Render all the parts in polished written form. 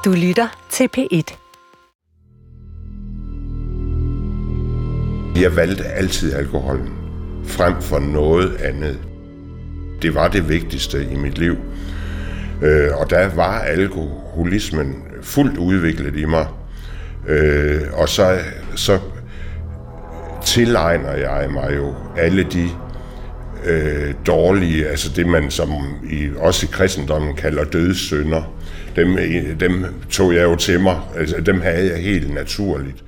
Du lytter til P1. Jeg valgte altid alkoholen frem for noget andet. Det var det vigtigste i mit liv. Og der var alkoholismen fuldt udviklet i mig. Og så tilegner jeg mig jo alle de dårlige, altså det man også i kristendommen kalder dødssynder. Dem tog jeg jo til mig, altså dem havde jeg helt naturligt.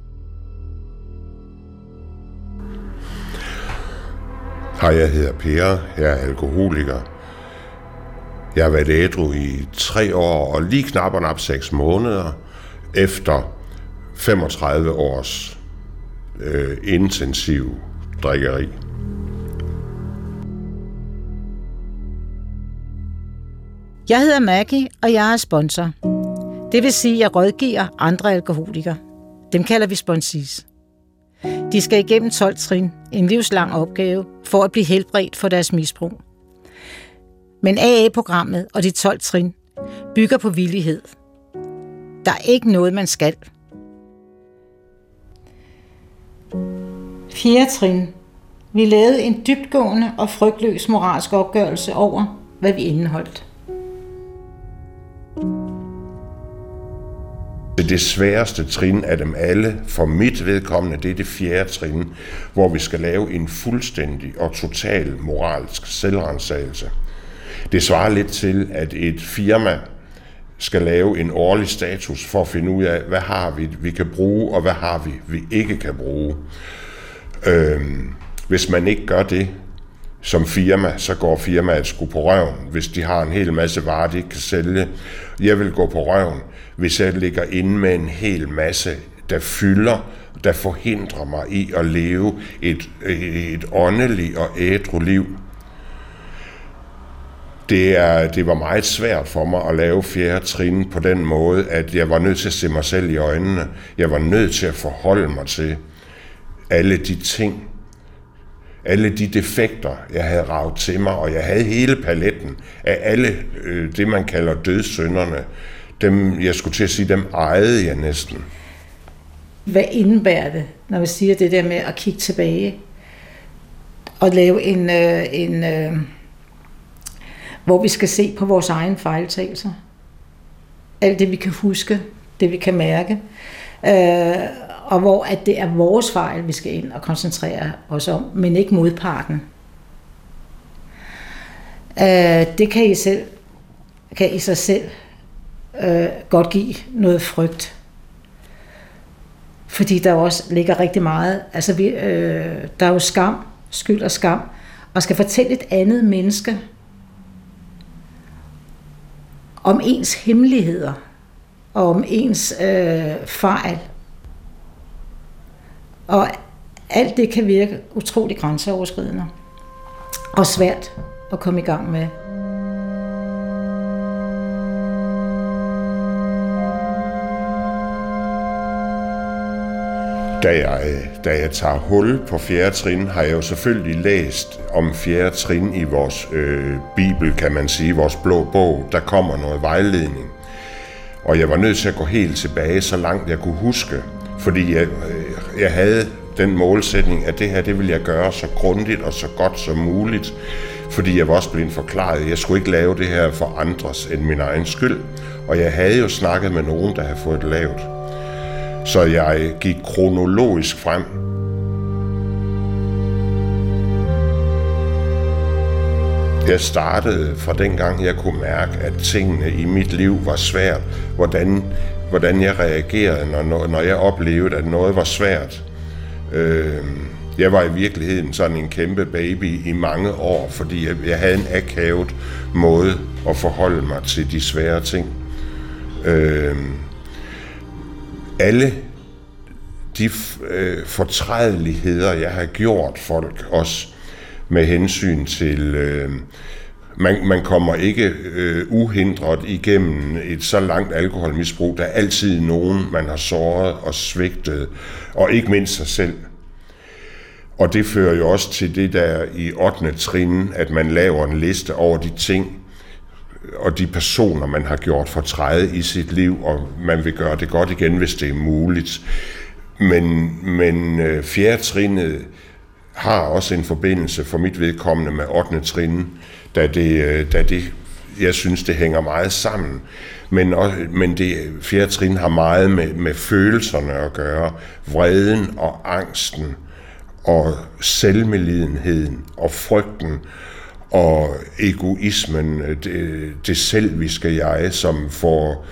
Hej, jeg hedder Per, jeg er alkoholiker. Jeg har været ædru i 3 år og lige knap 6 måneder efter 35 års intensiv drikkeri. Jeg hedder Maggie, og jeg er sponsor. Det vil sige, at jeg rådgiver andre alkoholikere. Dem kalder vi sponsees. De skal igennem 12 trin, en livslang opgave, for at blive helbredt for deres misbrug. Men AA-programmet og de 12 trin bygger på villighed. Der er ikke noget, man skal. 4. trin. Vi lavede en dybtgående og frygtløs moralsk opgørelse over, hvad vi indeholdt. Det sværeste trin af dem alle, for mit vedkommende, det er det 4. trin, hvor vi skal lave en fuldstændig og total moralsk selvransagelse. Det svarer lidt til, at et firma skal lave en årlig status for at finde ud af, hvad har vi kan bruge, og hvad har vi ikke kan bruge. Hvis man ikke gør det som firma, så går firmaet sgu på røven, hvis de har en hel masse varer, de ikke kan sælge. Jeg vil gå på røven, hvis jeg ligger inde med en hel masse, der fylder, der forhindrer mig i at leve et åndeligt og ædru liv. Det var meget svært for mig at lave 4. trin på den måde, at jeg var nødt til at se mig selv i øjnene. Jeg var nødt til at forholde mig til alle de ting, alle de defekter, jeg havde raget til mig, og jeg havde hele paletten af alle det, man kalder dødssynderne. Dem, jeg skulle til at sige, dem ejede jeg næsten. Hvad indebærer det, når vi siger det der med at kigge tilbage og lave en hvor vi skal se på vores egen fejltagelser? Alt det, vi kan huske, det vi kan mærke, og hvor at det er vores fejl, vi skal ind og koncentrere os om, men ikke modparten. Det kan i sig selv godt give noget frygt. Fordi der også ligger rigtig meget, altså der er jo skam, skyld og skam, og skal fortælle et andet menneske om ens hemmeligheder, og om ens fejl. Og alt det kan virke utroligt grænseoverskridende og svært at komme i gang med. Da jeg tager hul på 4. trin, har jeg jo selvfølgelig læst om 4. trin i vores bibel, kan man sige, vores blå bog. Der kommer noget vejledning. Og jeg var nødt til at gå helt tilbage, så langt jeg kunne huske. Fordi jeg havde den målsætning, at det her, det ville jeg gøre så grundigt og så godt som muligt. Fordi jeg var også blevet forklaret, at jeg skulle ikke lave det her for andres end min egen skyld. Og jeg havde jo snakket med nogen, der havde fået det lavet. Så jeg gik kronologisk frem. Jeg startede fra dengang, jeg kunne mærke, at tingene i mit liv var svært. Hvordan jeg reagerede, når jeg oplevede, at noget var svært. Jeg var i virkeligheden sådan en kæmpe baby i mange år, fordi jeg havde en akavet måde at forholde mig til de svære ting. Alle de fortrædeligheder, jeg har gjort folk, også med hensyn til, man kommer ikke uhindret igennem et så langt alkoholmisbrug. Der er altid nogen, man har såret og svigtet, og ikke mindst sig selv. Og det fører jo også til det der i 8. trin, at man laver en liste over de ting, og de personer, man har gjort fortræd i sit liv, og man vil gøre det godt igen, hvis det er muligt. Men fjerde trinet har også en forbindelse for mit vedkommende med 8. trin, da det jeg synes, det hænger meget sammen. Men det fjerde trin har meget med følelserne at gøre. Vreden og angsten og selvmedlidenheden og frygten og egoismen, det selviske jeg, som får...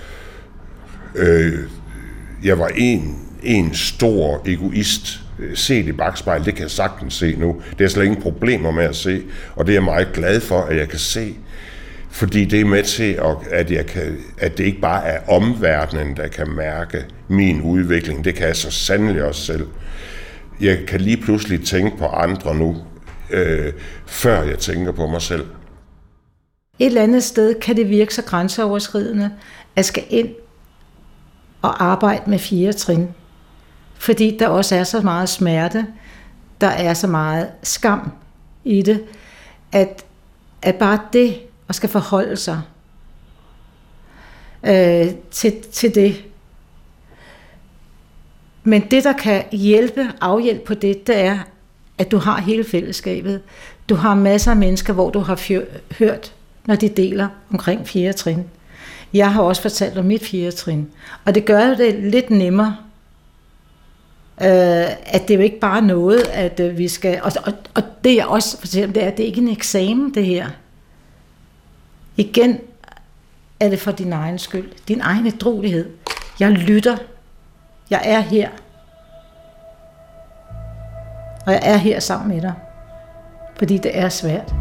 jeg var en stor egoist. Set i bakspejl, det kan jeg sagtens se nu. Det er slet ingen problemer med at se, og det er jeg meget glad for, at jeg kan se. Fordi det er med til, at det ikke bare er omverdenen, der kan mærke min udvikling. Det kan jeg så sandelig også selv. Jeg kan lige pludselig tænke på andre nu, før jeg tænker på mig selv. Et eller andet sted kan det virke så grænseoverskridende, at skal ind og arbejde med 4. trin. Fordi der også er så meget smerte, der er så meget skam i det, at bare det at skal forholde sig til det. Men det, der kan afhjælpe på det er, at du har hele fællesskabet. Du har masser af mennesker, hvor du har hørt, når de deler omkring 4. trin. Jeg har også fortalt om mit 4. trin, og det gør det lidt nemmere, at det er jo ikke bare noget, at vi skal... Og det jeg også fortæller, det er, at det ikke er en eksamen, det her. Igen er det for din egen skyld. Din egen ædruelighed. Jeg lytter. Jeg er her. Og jeg er her sammen med dig. Fordi det er svært.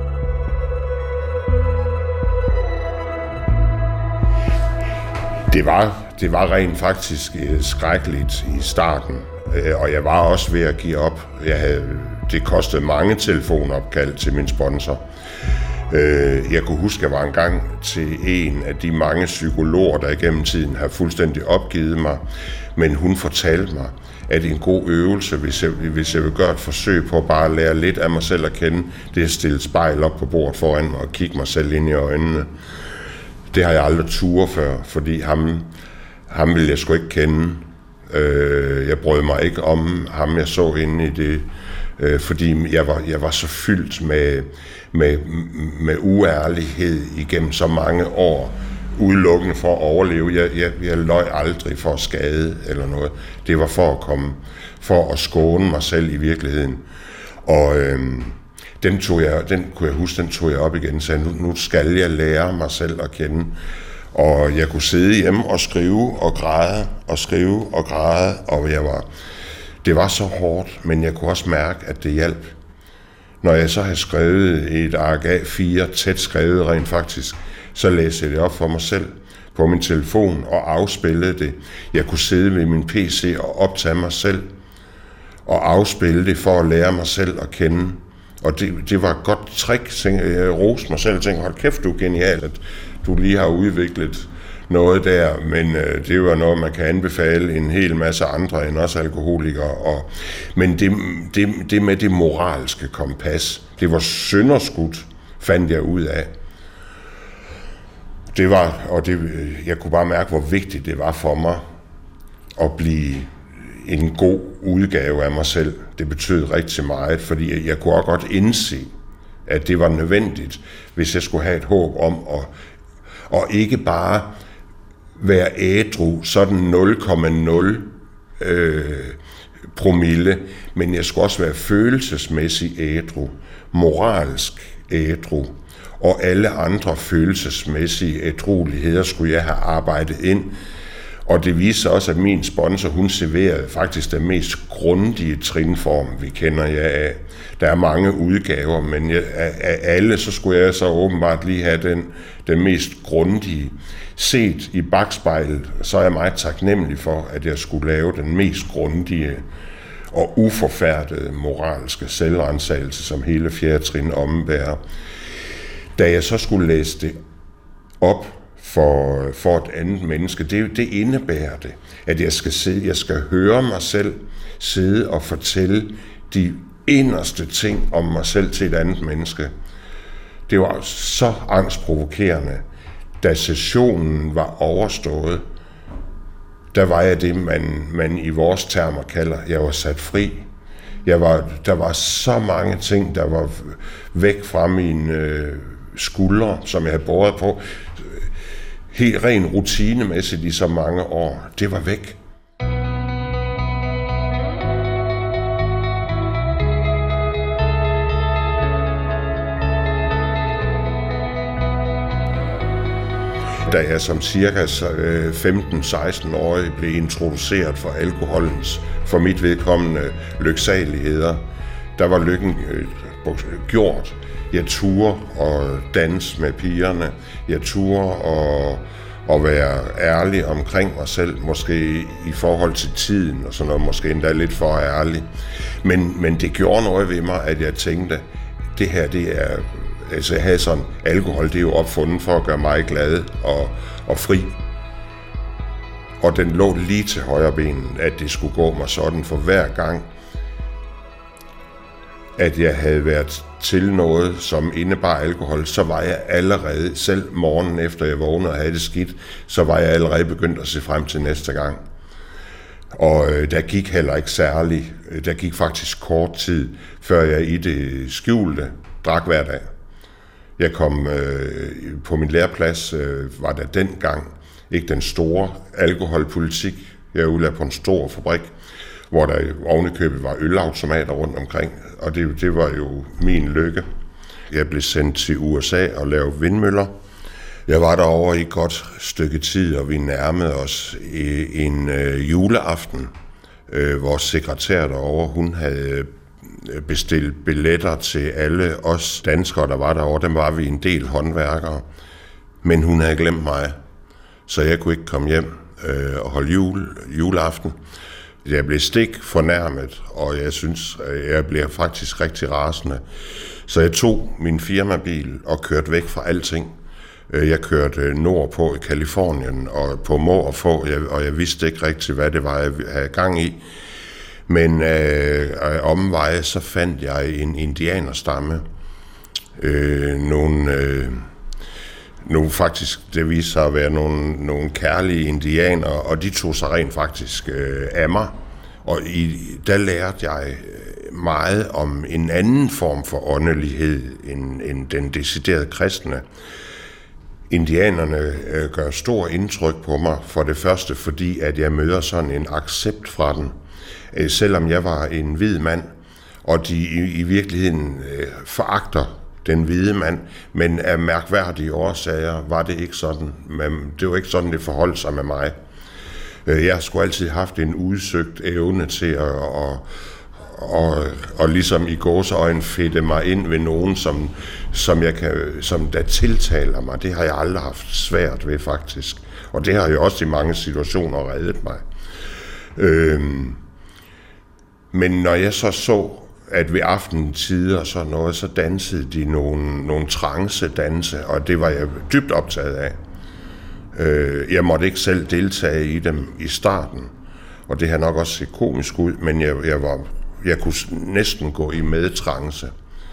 Det var rent faktisk skrækkeligt i starten, og jeg var også ved at give op. Det kostede mange telefonopkald til min sponsor. Jeg kunne huske, at jeg var engang til en af de mange psykologer, der igennem tiden har fuldstændig opgivet mig, men hun fortalte mig, at en god øvelse, hvis jeg vil gøre et forsøg på at bare lære lidt af mig selv at kende, det er at stille spejl op på bordet foran mig og kigge mig selv ind i øjnene. Det har jeg aldrig turet før, fordi ham ville jeg sgu ikke kende. Jeg brød mig ikke om ham, jeg så inde i det, fordi jeg var så fyldt med uærlighed igennem så mange år, udelukkende for at overleve. Jeg løj aldrig for at skade eller noget. Det var for at skåne mig selv i virkeligheden. Og den kunne jeg huske, den tog jeg op igen og sagde, nu skal jeg lære mig selv at kende. Og jeg kunne sidde hjemme og skrive og græde og skrive og græde, og det var så hårdt, men jeg kunne også mærke, at det hjalp. Når jeg så havde skrevet et ark A4, tæt skrevet rent faktisk, så læste jeg det op for mig selv på min telefon og afspillede det. Jeg kunne sidde ved min PC og optage mig selv og afspille det for at lære mig selv at kende. Og det var et godt trick. Jeg roste mig selv og tænkte, hold kæft, du er genial, at du lige har udviklet noget der, men det var noget, man kan anbefale en hel masse andre end også alkoholikere. Men det med det moralske kompas, det var synderskudt, fandt jeg ud af. Jeg kunne bare mærke, hvor vigtigt det var for mig at blive en god udgave af mig selv. Det betød rigtig meget, fordi jeg kunne også godt indse, at det var nødvendigt, hvis jeg skulle have et håb om at ikke bare være ædru, sådan 0,0 promille, men jeg skulle også være følelsesmæssig ædru, moralsk ædru, og alle andre følelsesmæssige ædrueligheder skulle jeg have arbejdet ind. Og det viser også, at min sponsor, hun serverede faktisk den mest grundige trinform, vi kender jer af. Der er mange udgaver, men af alle, så skulle jeg så åbenbart lige have den mest grundige. Set i bakspejlet, så er jeg meget taknemmelig for, at jeg skulle lave den mest grundige og uforfærdede moralske selvrensagelse, som hele 4. trin ombærer. Da jeg så skulle læse det op for et andet menneske, det indebærer det, at jeg skal høre mig selv sidde og fortælle de inderste ting om mig selv til et andet menneske. Det var så angstprovokerende, da sessionen var overstået, der var jeg det, man i vores termer kalder, jeg var sat fri. Der var så mange ting, der var væk fra mine skuldre, som jeg havde båret på. Helt ren rutinemæssigt i så mange år. Det var væk. Da jeg som cirka 15-16-årig blev introduceret for alkoholens, for mit vedkommende, lyksaligheder, der var lykken gjort. Jeg turde at danse med pigerne. Jeg turde at være ærlig omkring mig selv, måske i forhold til tiden og sådan noget, måske endda lidt for ærlig. Men det gjorde noget ved mig, at jeg tænkte, det her, det er... Altså jeg havde sådan, alkohol, det er jo opfundet for at gøre mig glad og fri. Og den lå lige til højre benet, at det skulle gå mig sådan, for hver gang, at jeg havde været til noget, som indebar alkohol, så var jeg allerede, selv morgenen efter jeg vågnede og havde det skidt, så var jeg allerede begyndt at se frem til næste gang. Og der gik heller ikke særligt, der gik faktisk kort tid, før jeg i det skjulte drak hver dag. Jeg kom på min læreplads, var der dengang ikke den store alkoholpolitik. Jeg er udlært på en stor fabrik, hvor der ovenikøbet var ølautomater rundt omkring, og det var jo min lykke. Jeg blev sendt til USA og lavede vindmøller. Jeg var derovre i et godt stykke tid, og vi nærmede os en juleaften. Vores sekretær derovre, hun havde bestilt billetter til alle os danskere, der var derovre. Dem var vi en del håndværkere, men hun havde glemt mig, så jeg kunne ikke komme hjem og holde juleaften. Jeg blev stik fornærmet, og jeg synes, jeg blev faktisk rigtig rasende. Så jeg tog min firmabil og kørte væk fra alting. Jeg kørte nordpå i Californien og på må og få, og jeg vidste ikke rigtig, hvad det var, jeg havde gang i. Men omveje, så fandt jeg en indianerstamme. Nogle faktisk, det viste sig at være nogle kærlige indianere, og de tog sig rent faktisk af mig. Og der lærte jeg meget om en anden form for åndelighed end den deciderede kristne. Indianerne gør stor indtryk på mig, for det første fordi, at jeg møder sådan en accept fra den. Selvom jeg var en hvid mand, og de i virkeligheden foragter den hvide mand, men af mærkværdige årsager var det ikke sådan. Det var ikke sådan, det forholdt sig med mig. Jeg har sgu altid haft en udsøgt evne til at ligesom i gåseøjne fedte mig ind ved nogen, som der tiltaler mig. Det har jeg aldrig haft svært ved, faktisk. Og det har jeg også i mange situationer reddet mig. Men når jeg så, at ved aftentider og sådan noget, så dansede de nogle trance-danse, og det var jeg dybt optaget af. Jeg måtte ikke selv deltage i dem i starten, og det har nok også set komisk ud, men jeg kunne næsten gå i medtrance.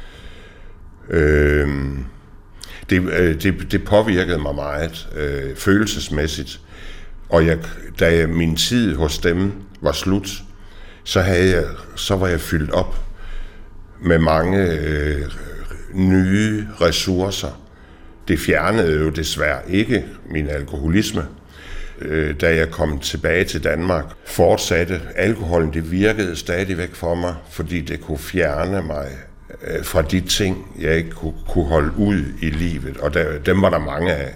Det påvirkede mig meget følelsesmæssigt, og da min tid hos dem var slut, så var jeg fyldt op med mange nye ressourcer. Det fjernede jo desværre ikke min alkoholisme. Da jeg kom tilbage til Danmark, fortsatte alkoholen, det virkede stadigvæk for mig, fordi det kunne fjerne mig fra de ting, jeg ikke kunne holde ud i livet, og dem var der mange af.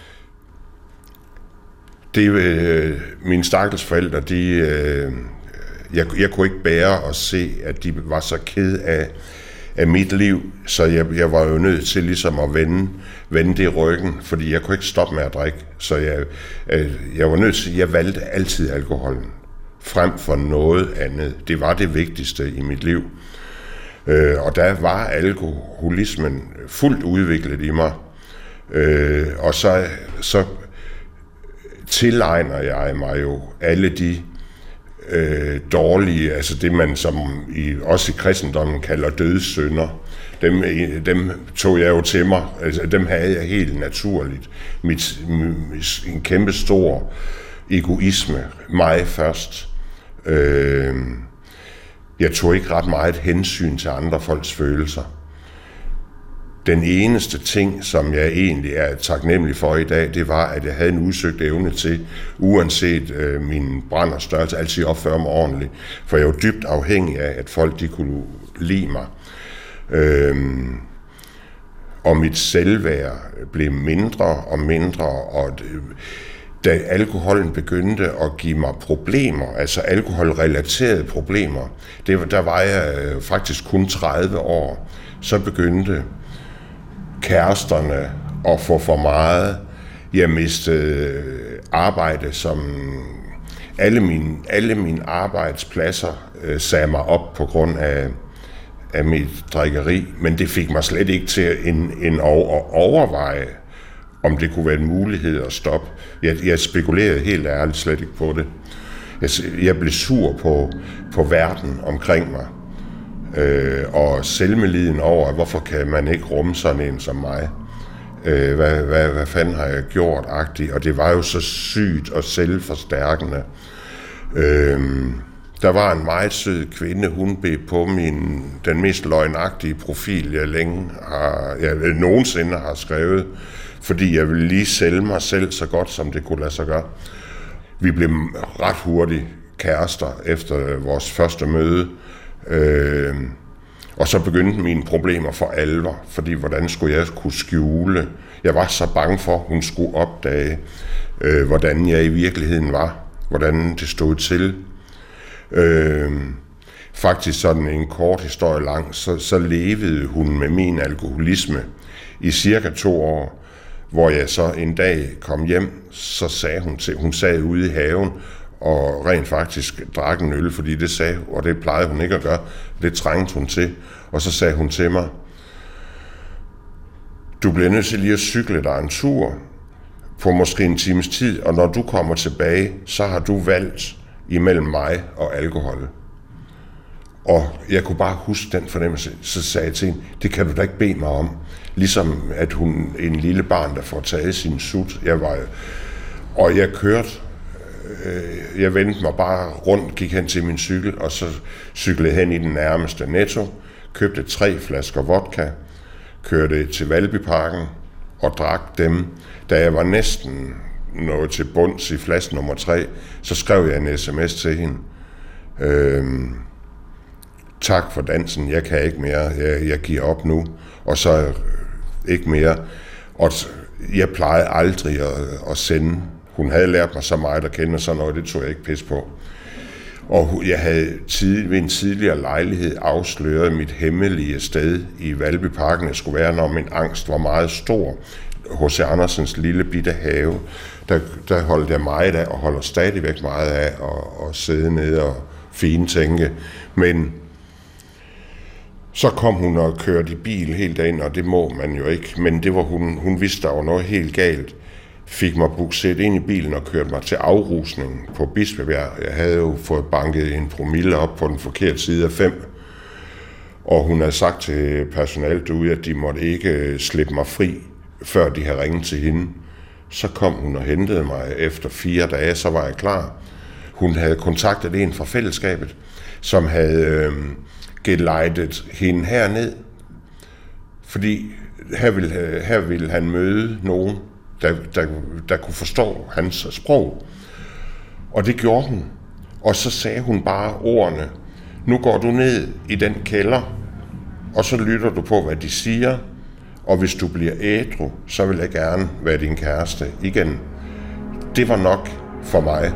Mine stakkels forældre, jeg kunne ikke bære at se, at de var så ked af mit liv, så jeg var jo nødt til ligesom at vende det i ryggen, fordi jeg kunne ikke stoppe med at drikke. Så jeg var nødt til, jeg valgte altid alkoholen frem for noget andet. Det var det vigtigste i mit liv. Og der var alkoholismen fuldt udviklet i mig. Og så tilegner jeg mig jo alle de dårlige, altså det man også i kristendommen kalder dødssynder, dem tog jeg jo til mig, altså dem havde jeg helt naturligt. En kæmpe stor egoisme, mig først. Jeg tog ikke ret meget hensyn til andre folks følelser. Den eneste ting, som jeg egentlig er taknemmelig for i dag, det var, at jeg havde en udsøgt evne til, uanset min brand og størrelse, altid opføre mig ordentligt. For jeg var dybt afhængig af, at folk de kunne lide mig. Og mit selvværd blev mindre og mindre, og da alkoholen begyndte at give mig problemer, altså alkoholrelaterede problemer, der var jeg faktisk kun 30 år, så begyndte kæresterne at få for meget. Jeg mistede arbejde, som alle mine arbejdspladser sagde mig op på grund af mit drikkeri, men det fik mig slet ikke til at overveje, om det kunne være en mulighed at stoppe. Jeg spekulerede helt ærligt slet ikke på det. Jeg blev sur på verden omkring mig, og selvmeliden over, hvorfor kan man ikke rumme sådan en som mig? Hvad fanden har jeg gjort, agtigt? Og det var jo så sygt og selvforstærkende. Der var en meget sød kvinde, hun blev på den mest løgnagtige profil, jeg nogensinde har skrevet, fordi jeg ville lige sælge mig selv så godt, som det kunne lade sig gøre. Vi blev ret hurtigt kærester efter vores første møde, og så begyndte mine problemer for alvor, fordi hvordan skulle jeg kunne skjule? Jeg var så bange for, at hun skulle opdage, hvordan jeg i virkeligheden var, hvordan det stod til. Faktisk sådan en kort historie lang, så levede hun med min alkoholisme i cirka 2 år, hvor jeg så en dag kom hjem, så sagde hun sad ude i haven og rent faktisk drak en øl, fordi det sagde, og det plejede hun ikke at gøre, det trængte hun til, og så sagde hun til mig, du bliver nødt til lige at cykle dig en tur på måske en times tid, og når du kommer tilbage, så har du valgt imellem mig og alkohol. Og jeg kunne bare huske den fornemmelse, så sagde jeg til hende, det kan du da ikke bede mig om. Ligesom at hun en lille barn, der får taget sin sut. Og jeg kørte, jeg vendte mig bare rundt, gik hen til min cykel, og så cyklede hen i den nærmeste Netto, købte 3 flasker vodka, kørte til Valbyparken og drak dem. Da jeg var næsten nået til bunds i flaske nummer 3, så skrev jeg en sms til hende. Tak for dansen, jeg kan ikke mere, jeg giver op nu, og så ikke mere. Og jeg plejede aldrig at sende. Hun havde lært mig så meget at kende, og sådan noget, det tog jeg ikke pis på. Og jeg havde ved en tidligere lejlighed afsløret mit hemmelige sted i Valbyparken. Jeg skulle være, når min angst var meget stor. H.C. Andersens lille bitte have, der holdt jeg meget af, og holder stadigvæk meget af at sidde nede og fintænke. Men så kom hun og kørte i bil helt derind, og det må man jo ikke. Men det var hun vidste, der var noget helt galt. Fik mig bukset ind i bilen og kørte mig til afrusning på Bispebjerg. Jeg havde jo fået banket en promille op på den forkerte side af 5. Og hun havde sagt til personalet derude, at de måtte ikke slippe mig fri, før de havde ringet til hende. Så kom hun og hentede mig efter 4 dage, så var jeg klar. Hun havde kontaktet en fra fællesskabet, som havde gelejtet hende herned, fordi her ville han møde nogen, der kunne forstå hans sprog. Og det gjorde hun. Og så sagde hun bare ordene, nu går du ned i den kælder, og så lytter du på, hvad de siger, og hvis du bliver ædru, så vil jeg gerne være din kæreste igen. Det var nok for mig.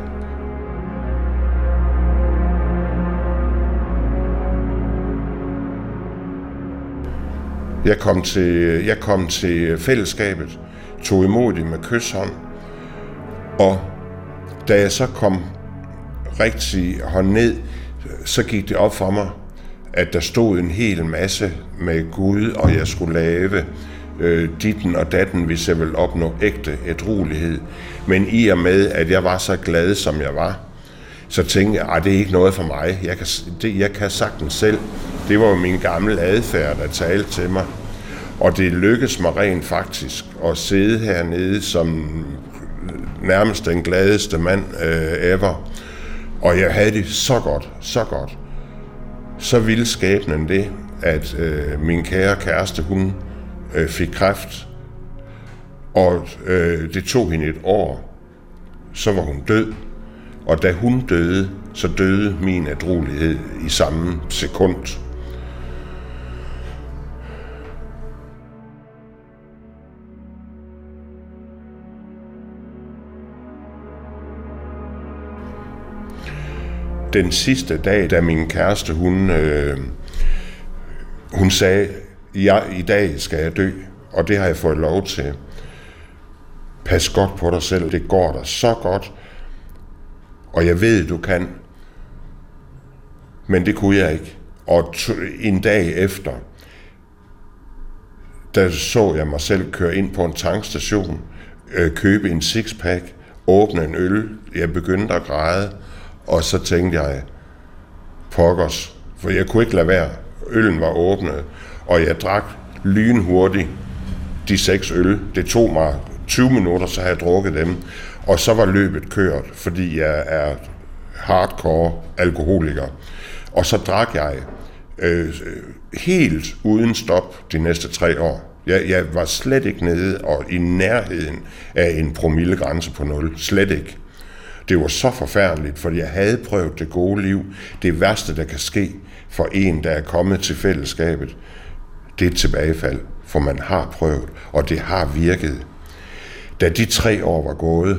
Jeg kom til fællesskabet, tog imod det med kyshånd, og da jeg så kom rigtig ned, så gik det op for mig, at der stod en hel masse med Gud, og jeg skulle lave ditten og datten, hvis jeg ville opnå ægte ædruelighed. Men i og med, at jeg var så glad, som jeg var, Så tænkte jeg, det er ikke noget for mig. Jeg kan sagtens selv. Det var jo min gamle adfærd, der talte til mig. Og det lykkedes mig rent faktisk at sidde hernede som nærmest den gladeste mand ever. Og jeg havde det så godt, så godt. Så ville skæbnen det, at min kære kæreste, hun fik kræft. Og det tog hende et år. Så var hun død. Og da hun døde, så døde min ædruelighed i samme sekund. Den sidste dag, da min kæreste, hun sagde, i dag skal jeg dø, og det har jeg fået lov til. Pas godt på dig selv, det går dig så godt, og jeg ved, du kan. Men det kunne jeg ikke. Og en dag efter, der så jeg mig selv køre ind på en tankstation, købe en sixpack, åbne en øl, jeg begyndte at græde, og så tænkte jeg, pokkers, for jeg kunne ikke lade være. Øllen var åbnet, og jeg drak lynhurtigt de 6 øl. Det tog mig 20 minutter, så havde jeg drukket dem, og så var løbet kørt, fordi jeg er hardcore alkoholiker. Og så drak jeg helt uden stop de næste 3 år. Jeg var slet ikke nede og i nærheden af en promillegrænse på 0. Slet ikke. Det var så forfærdeligt, fordi jeg havde prøvet det gode liv. Det værste, der kan ske for en, der er kommet til fællesskabet, det er et tilbagefald, for man har prøvet, og det har virket. Da de 3 år var gået,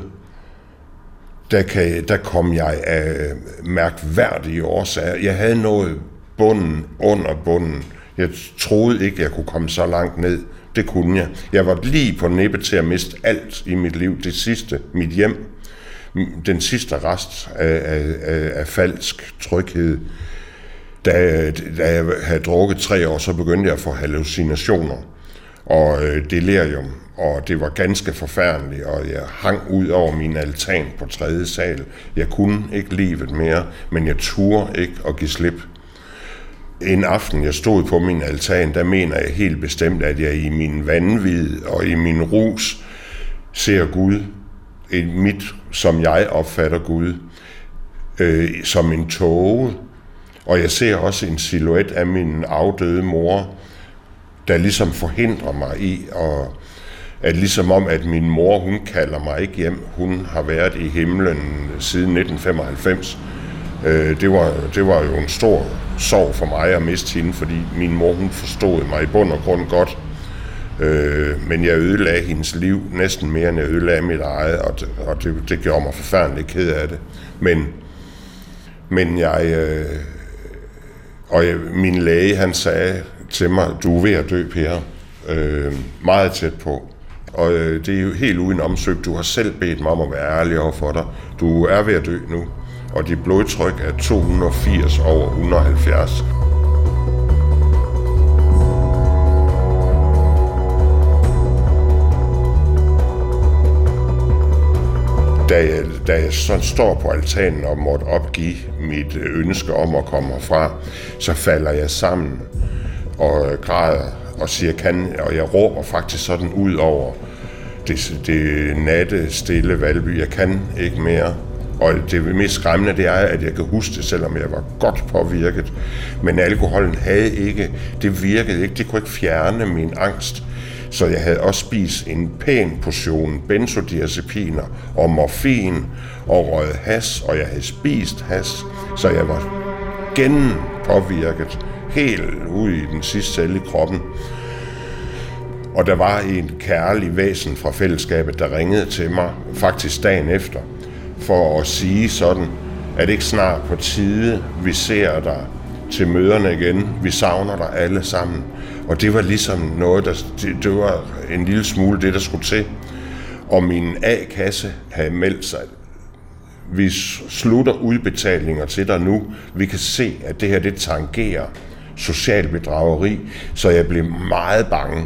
der kom jeg af mærkværdige årsager. Jeg havde nået bunden under bunden. Jeg troede ikke, jeg kunne komme så langt ned. Det kunne jeg. Jeg var lige på nippet til at miste alt i mit liv. Det sidste, mit hjem. Den sidste rest af falsk tryghed. Da jeg havde drukket 3 år, så begyndte jeg at få hallucinationer og delirium, og det var ganske forfærdeligt, og jeg hang ud over min altan på 3. sal. Jeg kunne ikke livet mere, men jeg turde ikke at give slip. En aften, jeg stod på min altan, der mener jeg helt bestemt, at jeg i min vanvid og i min rus ser Gud, som jeg opfatter Gud, som en tåge. Og jeg ser også en silhuet af min afdøde mor, der ligesom forhindrer mig i, og at ligesom om, at min mor, hun kalder mig ikke hjem. Hun har været i himlen siden 1995. Det var jo en stor sorg for mig at miste hende, fordi min mor, hun forstod mig i bund og grund godt. Men jeg ødelagde hendes liv næsten mere, end jeg ødelagde mit eget, og det gjorde mig forfærdeligt ked af det. Men min læge, han sagde til mig, du er ved at dø, Per. Meget tæt på. Og det er jo helt uden omsøg. Du har selv bedt mig om at være ærlig over for dig. Du er ved at dø nu. Og dit blodtryk er 280 over 170. Da jeg så står på altanen og måtte opgive mit ønske om at komme herfra, så falder jeg sammen og græder og siger, og jeg råber faktisk sådan ud over det natte, stille Valby. Jeg kan ikke mere. Og det mest skræmmende, det er, at jeg kan huske det, selvom jeg var godt påvirket. Men alkoholen det virkede ikke. Det kunne ikke fjerne min angst. Så jeg havde også spist en pæn portion benzodiazepiner og morfin og røget hash, og jeg havde spist hash, så jeg var genpåvirket helt ude i den sidste celle i kroppen. Og der var en kærlig væsen fra fællesskabet, der ringede til mig, faktisk dagen efter, for at sige sådan, at det ikke snart på tide, vi ser dig til møderne igen, vi savner dig alle sammen. Og det var ligesom noget, det var en lille smule det, der skulle til. Og min A-kasse havde meldt sig. Vi slutter udbetalinger til dig nu. Vi kan se, at det her, det tangerer social bedrageri, så jeg blev meget bange.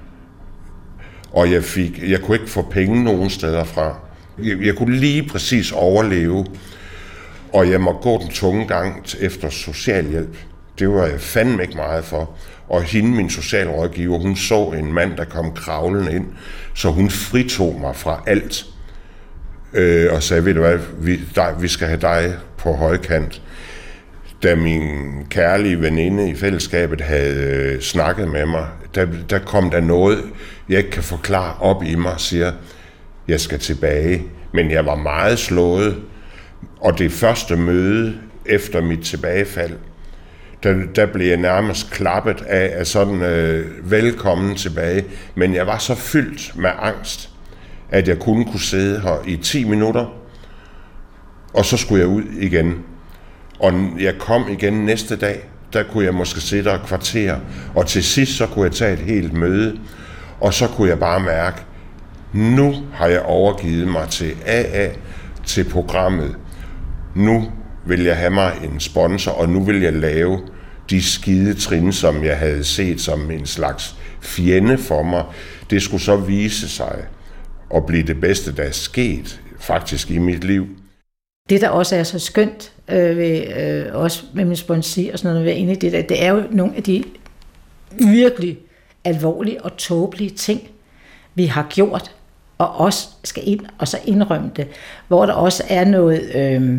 Og jeg kunne ikke få penge nogen steder fra. Jeg kunne lige præcis overleve. Og jeg må gå den tunge gang efter socialhjælp. Det var jeg fandme ikke meget for. Og hende, min socialrådgiver, hun så en mand, der kom kravlende ind, så hun fritog mig fra alt. Og sagde, ved du hvad, vi skal have dig på højkant. Da min kærlige veninde i fællesskabet havde snakket med mig, der kom der noget, jeg ikke kan forklare op i mig, siger, jeg skal tilbage. Men jeg var meget slået, og det første møde efter mit tilbagefald, der blev jeg nærmest klappet af sådan velkommen tilbage. Men jeg var så fyldt med angst, at jeg kun kunne sidde her i 10 minutter, og så skulle jeg ud igen. Og jeg kom igen næste dag, der kunne jeg måske sidde og kvarter, og til sidst så kunne jeg tage et helt møde, og så kunne jeg bare mærke, nu har jeg overgivet mig til AA, til programmet. Nu vil jeg have mig en sponsor, og nu vil jeg lave de skide trin, som jeg havde set som en slags fjende for mig. Det skulle så vise sig at blive det bedste, der er sket faktisk i mit liv. Det, der også er så skønt også med min sponsor og sådan noget, inde i det der, det er jo nogle af de virkelig alvorlige og tåbelige ting, vi har gjort, og også skal ind og så indrømme det, hvor der også er noget,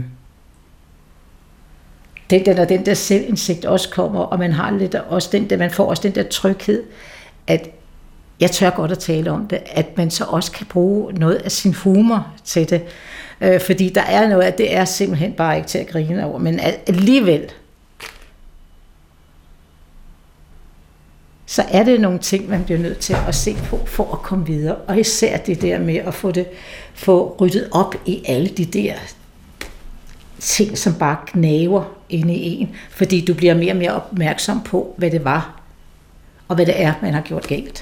når den der selvindsigt også kommer, og man har lidt også man får også den der tryghed, at jeg tør godt at tale om det, at man så også kan bruge noget af sin humor til det. Fordi der er noget, at det er simpelthen bare ikke til at grine over, men alligevel, så er det nogle ting, man bliver nødt til at se på for at komme videre. Og især det der med at få ryddet op i alle de der ting, som bare gnaver inde i en, fordi du bliver mere og mere opmærksom på, hvad det var, og hvad det er, man har gjort galt.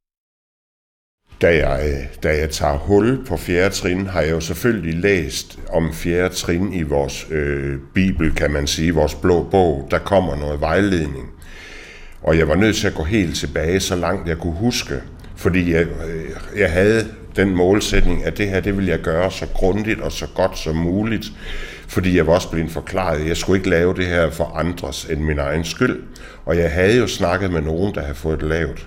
Da jeg tager hul på 4. trin, har jeg jo selvfølgelig læst om 4. trin i vores bibel, kan man sige, vores blå bog. Der kommer noget vejledning. Og jeg var nødt til at gå helt tilbage, så langt jeg kunne huske. Fordi jeg havde den målsætning, at det her, det ville jeg gøre så grundigt og så godt som muligt. Fordi jeg var også blevet forklaret, at jeg skulle ikke lave det her for andres end min egen skyld. Og jeg havde jo snakket med nogen, der havde fået det lavet.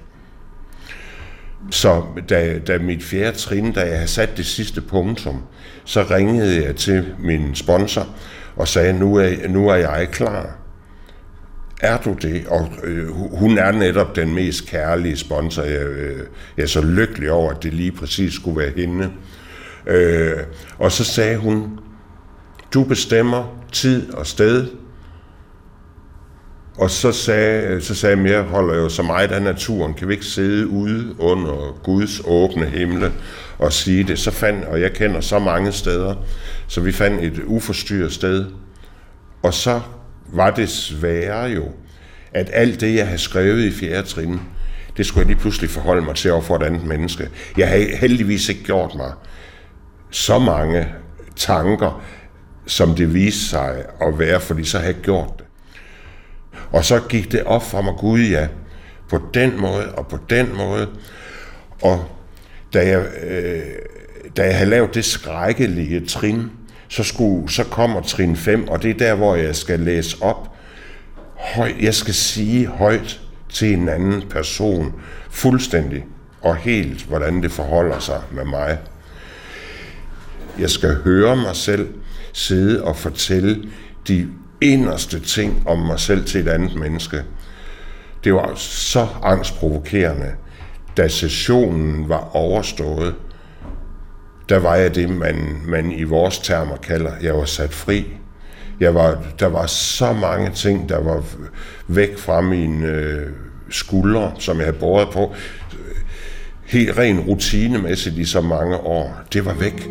Så da mit 4. trin, da jeg havde sat det sidste punktum, så ringede jeg til min sponsor og sagde, nu er jeg klar. Er du det? Og hun er netop den mest kærlige sponsor. Jeg er så lykkelig over, at det lige præcis skulle være hende. Og så sagde hun, du bestemmer tid og sted. Og så sagde jeg, jeg holder jo så meget af naturen, kan vi ikke sidde ude under Guds åbne himle og sige det? Og jeg kender så mange steder, så vi fandt et uforstyrret sted. Og så var det svære jo, at alt det, jeg havde skrevet i 4. trin, det skulle jeg lige pludselig forholde mig til over for et andet menneske. Jeg havde heldigvis ikke gjort mig så mange tanker, som det viste sig at være, fordi så havde jeg gjort det. Og så gik det op for mig, Gud ja, på den måde og på den måde. Og da jeg havde lavet det skrækkelige trin, så kommer trin 5, og det er der, hvor jeg skal læse op. Jeg skal sige højt til en anden person, fuldstændig og helt, hvordan det forholder sig med mig. Jeg skal høre mig selv sidde og fortælle de inderste ting om mig selv til et andet menneske. Det var så angstprovokerende. Da sessionen var overstået, der var jeg det, man i vores termer kalder, jeg var sat fri. Der var så mange ting, der var væk fra mine skuldre, som jeg havde båret på. Helt ren rutinemæssigt i så mange år. Det var væk.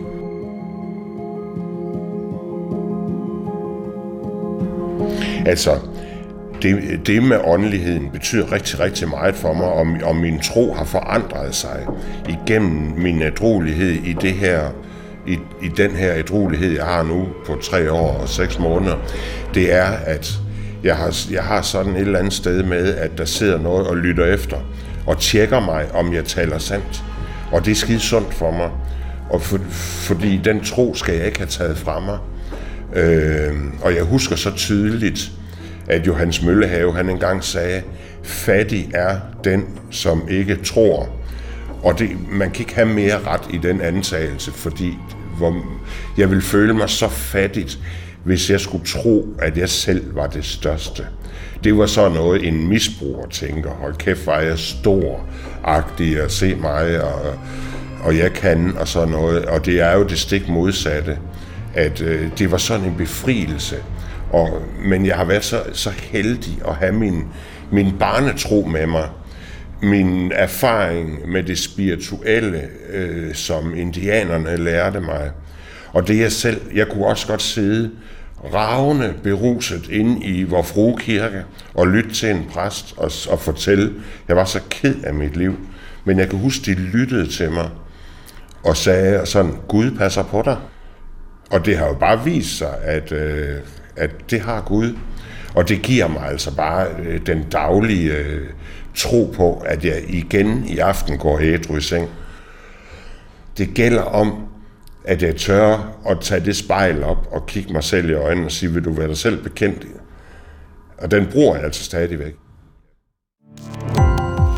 Altså, det med åndeligheden betyder rigtig, rigtig meget for mig, og min tro har forandret sig igennem min ædruelighed i det her, i den her ædruelighed, jeg har nu på 3 år og 6 måneder. Det er, at jeg har sådan et eller andet sted med, at der sidder noget og lytter efter, og tjekker mig, om jeg taler sandt. Og det er skide sundt for mig, og fordi den tro skal jeg ikke have taget fra mig. Og jeg husker så tydeligt, at Johannes Møllehave, han engang sagde, fattig er den, som ikke tror. Og man kan ikke have mere ret i den antagelse, fordi jeg ville føle mig så fattigt, hvis jeg skulle tro, at jeg selv var det største. Det var så noget, en misbruger tænker, hold kæft, var jeg stor-agtig, og se mig, og jeg kan, og sådan noget. Og det er jo det stik modsatte, at det var sådan en befrielse. Men jeg har været så heldig at have min barnetro med mig, min erfaring med det spirituelle, som indianerne lærte mig. Og det jeg kunne også godt sidde ravende beruset inde i Vor Frue Kirke og lytte til en præst og fortælle, jeg var så ked af mit liv. Men jeg kan huske, de lyttede til mig og sagde sådan, Gud passer på dig. Og det har jo bare vist sig, at det har Gud. Og det giver mig altså bare den daglige tro på, at jeg igen i aften går ædru i seng. Det gælder om, at jeg tør at tage det spejl op og kigge mig selv i øjnene og sige, vil du være dig selv bekendt? Og den bruger jeg altså stadigvæk.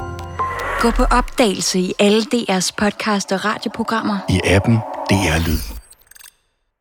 Gå på opdagelse i alle DR's podcast og radioprogrammer. I appen DR Lyd.